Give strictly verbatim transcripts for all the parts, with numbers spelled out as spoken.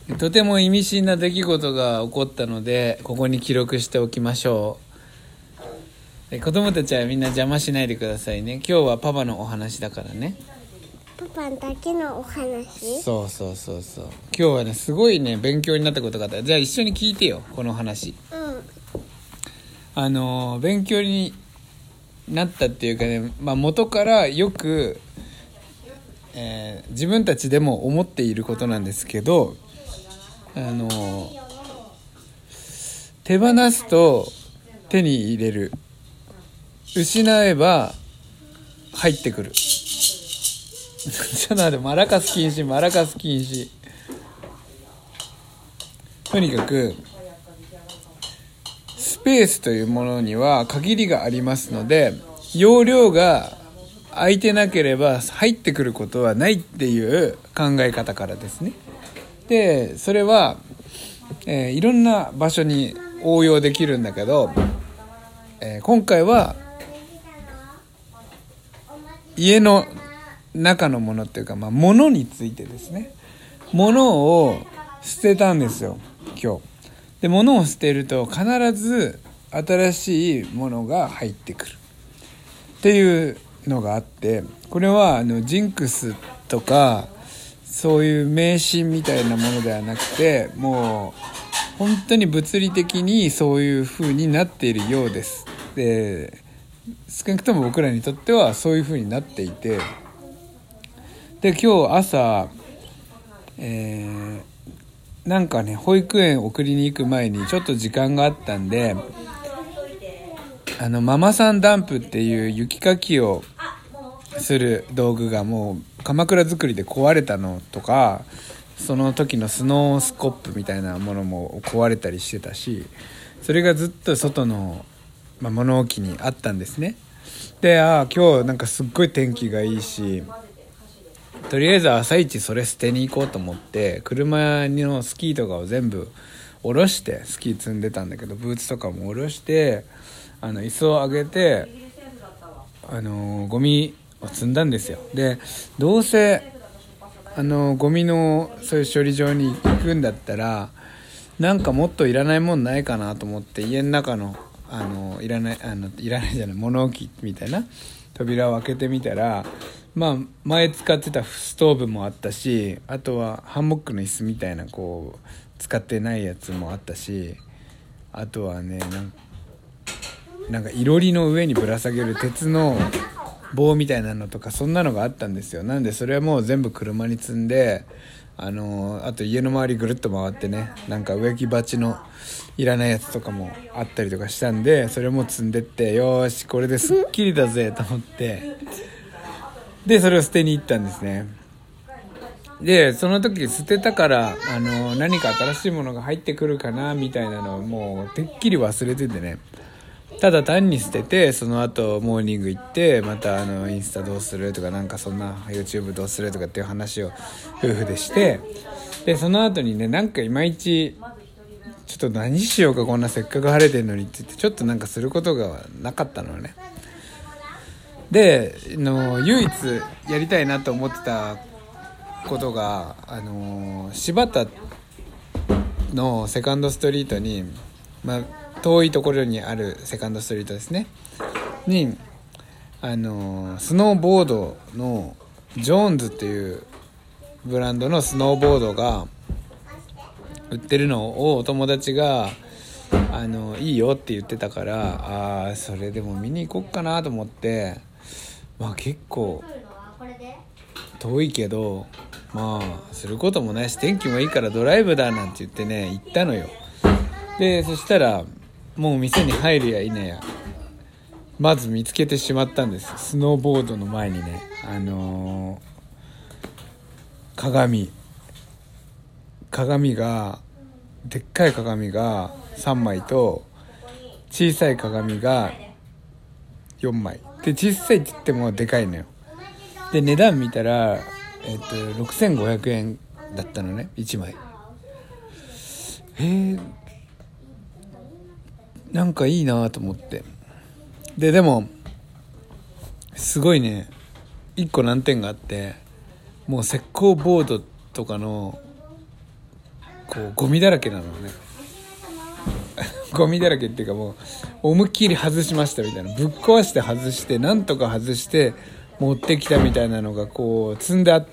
とても意味深な出来事が起こったので、ここに記録しておきましょう。子供たちはみんな邪魔しないでくださいね。今日はパパのお話だからね。 パパだけのお話？ そうそうそうそう。今日はね、すごいね、勉強になったことがあった。じゃあ一緒に聞いてよ、この話。 うん。 あの勉強になったっていうかね、まあ、元からよく、えー、自分たちでも思っていることなんですけど、あの手放すと手に入れる、失えば入ってくるちょっと待って、マラカス禁止、マラカス禁止。とにかくスペースというものには限りがありますので、容量が空いてなければ入ってくることはないっていう考え方からですね。で、それは、えー、いろんな場所に応用できるんだけど、えー、今回は家の中のものっていうか、まあ、物についてですね。物を捨てたんですよ、今日。で、物を捨てると必ず新しいものが入ってくるっていうのがあって、これはあのジンクスとかそういう迷信みたいなものではなくて、もう本当に物理的にそういう風になっているようです。で、少なくとも僕らにとってはそういう風になっていて、で、今日朝、えー、なんかね、保育園送りに行く前にちょっと時間があったんで、あのママさんダンプっていう雪かきをする道具がもう鎌倉作りで壊れたのとか、その時のスノースコップみたいなものも壊れたりしてたし、それがずっと外の、まあ、物置にあったんですね。で、ああ今日なんかすっごい天気がいいし、とりあえず朝一それ捨てに行こうと思って車のスキーとかを全部下ろして、スキー積んでたんだけどブーツとかも下ろして、あの椅子を上げて、あのゴミを積んだんですよ。で、どうせあのゴミのそういう処理場に行くんだったら、なんかもっといらないもんないかなと思って、家の中のあのいらないあのいらないじゃない物置みたいな扉を開けてみたら、まあ前使ってたストーブもあったし、あとはハンモックの椅子みたいなこう使ってないやつもあったし、あとはね、なんかなんかいろりの上にぶら下げる鉄の棒みたいなのとか、そんなのがあったんですよ。なんでそれはもう全部車に積んで、あのあと家の周りぐるっと回ってね、なんか植木鉢のいらないやつとかもあったりとかしたんで、それも積んでって、よーしこれですっきりだぜと思って、でそれを捨てに行ったんですね。でその時捨てたから、あの何か新しいものが入ってくるかなみたいなのをもうてっきり忘れててね、ただ単に捨てて、その後モーニング行って、またあのインスタどうするとか、なんかそんな YouTube どうするとかっていう話を夫婦でして、でその後にね、なんかいまいちちょっと何しようか、こんなせっかく晴れてるのにって言って、ちょっとなんかすることがなかったのね。での唯一やりたいなと思ってたことが、あの柴田のセカンドストリートに、まあ遠いところにあるセカンドストリートですねに、あのスノーボードのジョーンズっていうブランドのスノーボードが売ってるのをお友達があのいいよって言ってたから、あそれでも見に行こっかなと思って、まあ結構遠いけど、まあすることもないし天気もいいからドライブだなんて言ってね、行ったのよ。でそしたらもう店に入るや否やまず見つけてしまったんです。スノーボードの前にね、あのー、鏡鏡がでっかい鏡がさんまいと小さい鏡がよんまいで、小さいって言ってもでかいのよ。で値段見たら、えっとろくせんごひゃくえんだったのね、いちまい。えーなんかいいなと思って、ででもすごいね、いっこ難点があって、もう石膏ボードとかのこうゴミだらけなのねゴミだらけっていうかもう思いっきり外しましたみたいな、ぶっ壊して外してなんとか外して持ってきたみたいなのがこう積んであって、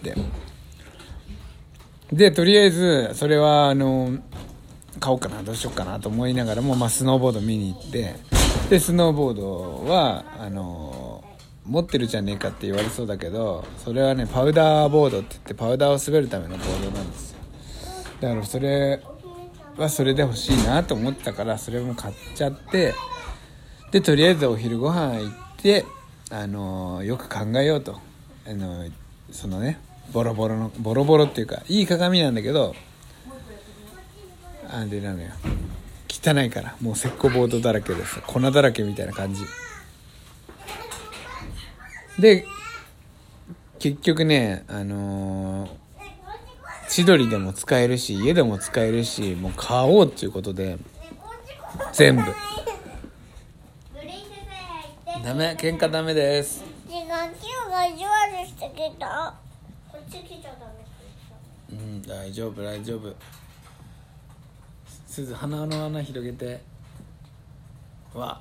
でとりあえずそれはあの買おうかなどうしようかなと思いながらも、まあ、スノーボード見に行って、でスノーボードはあの持ってるじゃねえかって言われそうだけど、それはねパウダーボードって言ってパウダーを滑るためのボードなんですよ。だからそれはそれで欲しいなと思ったから、それも買っちゃって、でとりあえずお昼ご飯行って、あのよく考えようと、あのそのねボロボロのボロボロっていうかいい鏡なんだけど、あれなのよ、汚いからもう石膏ボードだらけです、粉だらけみたいな感じで、結局ねあのー、千鳥でも使えるし家でも使えるし、もう買おうっていうことで全部ダメ、喧嘩ダメです。 違う、今日が意地悪してきた。こっち来ちゃダメ。 うん、大丈夫大丈夫。すず鼻の穴広げて。わ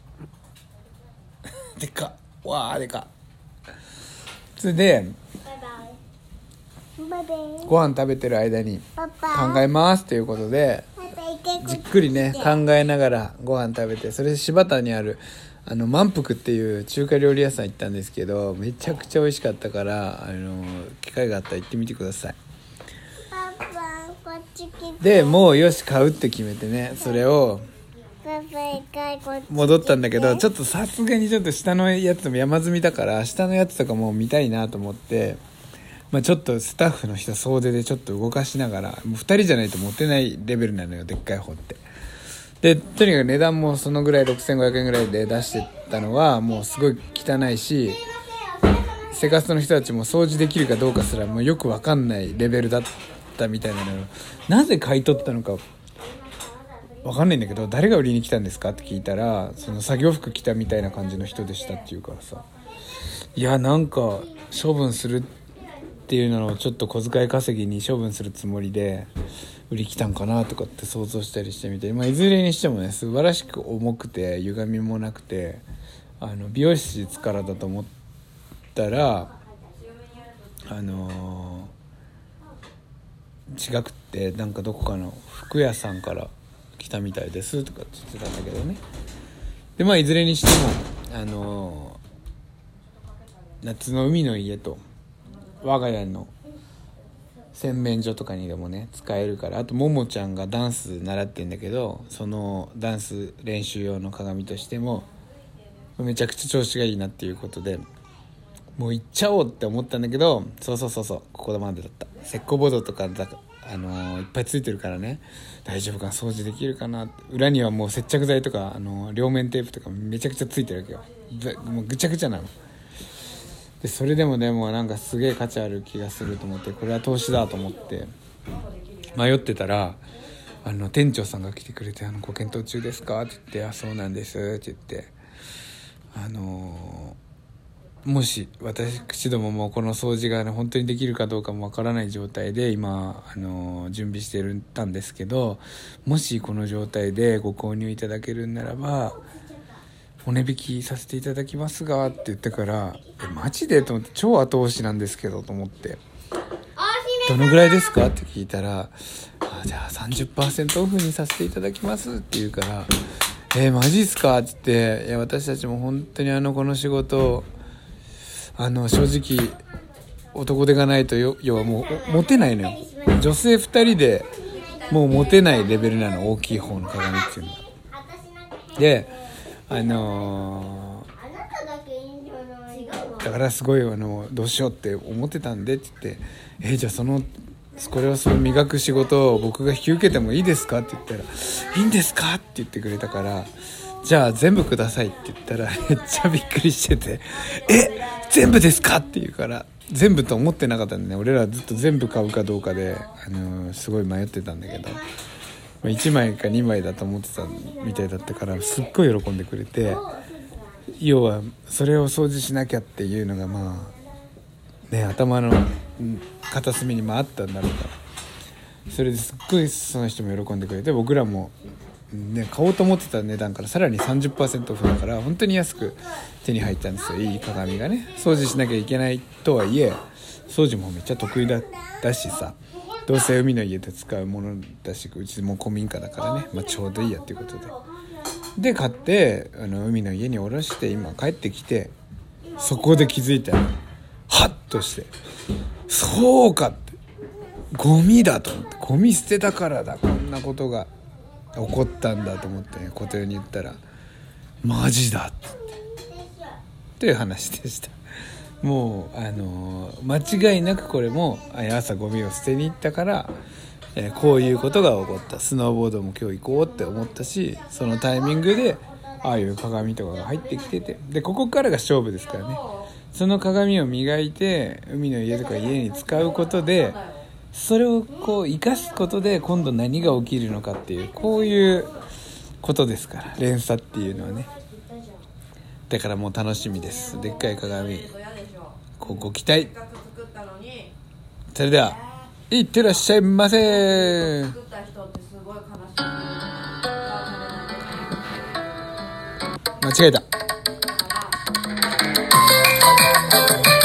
でかっ、わーでかっ。それでバイバイ。バイバイ。 ご飯食べてる間にパパ。 考えますということで、 パパ行け、 じっくりね考えながらご飯食べて、それで柴田にあるあの満腹っていう中華料理屋さん行ったんですけど、めちゃくちゃ美味しかったから、あの機会があったら行ってみてください。 パパこっち来て。 でもうよし買うって決めてね、それをパパ一回こっち来て。 戻ったんだけど、ちょっとさすがにちょっと下のやつも山積みだから下のやつとかも見たいなと思って、まあ、ちょっとスタッフの人総出でちょっと動かしながら、もうふたりじゃないと持てないレベルなのよ、でっかい方って。でとにかく値段もそのぐらいろくせんごひゃくえんぐらいで出してたのはもうすごい汚いし、生活の人たちも掃除できるかどうかすらもうよく分かんないレベルだったみたいなのよ。なぜ買い取ったのか分かんないんだけど、誰が売りに来たんですかって聞いたら、その作業服着たみたいな感じの人でしたっていうからさ、いやなんか処分するっていうのをちょっと小遣い稼ぎに処分するつもりで売り来たんかなとかって想像したりしてみて、まあ、いずれにしてもね素晴らしく重くて歪みもなくて、あの美容室からだと思ったらあのー、違くってなんかどこかの服屋さんから来たみたいですとかって言ってたんだけどね。でまあいずれにしてもあのー、夏の海の家と我が家の洗面所とかにでもね使えるから、あとももちゃんがダンス習ってんだけど、そのダンス練習用の鏡としてもめちゃくちゃ調子がいいなっていうことで、もう行っちゃおうって思ったんだけど、そうそうそうそうここまでだった。石膏ボードとかだ、あのー、いっぱいついてるからね、大丈夫かな、掃除できるかなって。裏にはもう接着剤とか、あのー、両面テープとかめちゃくちゃついてるわけよ。もうぐちゃぐちゃなので、それでもでもなんかすげえ価値ある気がすると思って、これは投資だと思って迷ってたら、あの店長さんが来てくれて、あのご検討中ですかって言って、あそうなんですって言って、あのー、もし私どももこの掃除が、ね、本当にできるかどうかもわからない状態で今、あのー、準備してるたんですけど、もしこの状態でご購入いただけるんならばお値引きさせていただきますがって言ってから、えマジでと思って、超後押しなんですけどと思って、どのぐらいですかって聞いたら、あじゃあ さんじゅっパーセント オフにさせていただきますって言うから、えー、マジっすかって言って、いや私たちも本当にあのこの仕事あの正直男手がないとよ要はもうモテないのよ。女性ふたりでもうモテないレベルなの、大きい方の鏡っていうのは。であのー、だからすごいあのどうしようって思ってたんでって言って、えー、じゃあそのこれをそう磨く仕事を僕が引き受けてもいいですかって言ったら、いいんですかって言ってくれたから、じゃあ全部くださいって言ったらめっちゃびっくりしてて、え全部ですかって言うから、全部と思ってなかったんでね、俺らずっと全部買うかどうかで、あのー、すごい迷ってたんだけど、いちまいかにまいだと思ってたみたいだったから、すっごい喜んでくれて、要はそれを掃除しなきゃっていうのがまあね頭の片隅にもあったんだろうから、 それですっごいその人も喜んでくれて、僕らも、ね、買おうと思ってた値段からさらに さんじゅっパーセント オフだから本当に安く手に入ったんですよ。いい鏡がね。掃除しなきゃいけないとはいえ掃除もめっちゃ得意だだしさ、どうせ海の家で使うものだし、うちも古民家だからね、まあ、ちょうどいいやっていうことでで買って、あの海の家に下ろして、今帰ってきてそこで気づいたよ。ハッとして、そうかって、ゴミだと思って、ゴミ捨てたからだこんなことが起こったんだと思ってね、琴代に言ったらマジだってという話でした。もうあのー、間違いなくこれも朝ゴミを捨てに行ったから、えー、こういうことが起こった。スノーボードも今日行こうって思ったし、そのタイミングでああいう鏡とかが入ってきてて、でここからが勝負ですからね。その鏡を磨いて海の家とか家に使うことで、それをこう生かすことで今度何が起きるのかっていう、こういうことですから、連鎖っていうのはね。だからもう楽しみです。でっかい鏡こうご期待。それではいってらっしゃいませ。間違えた。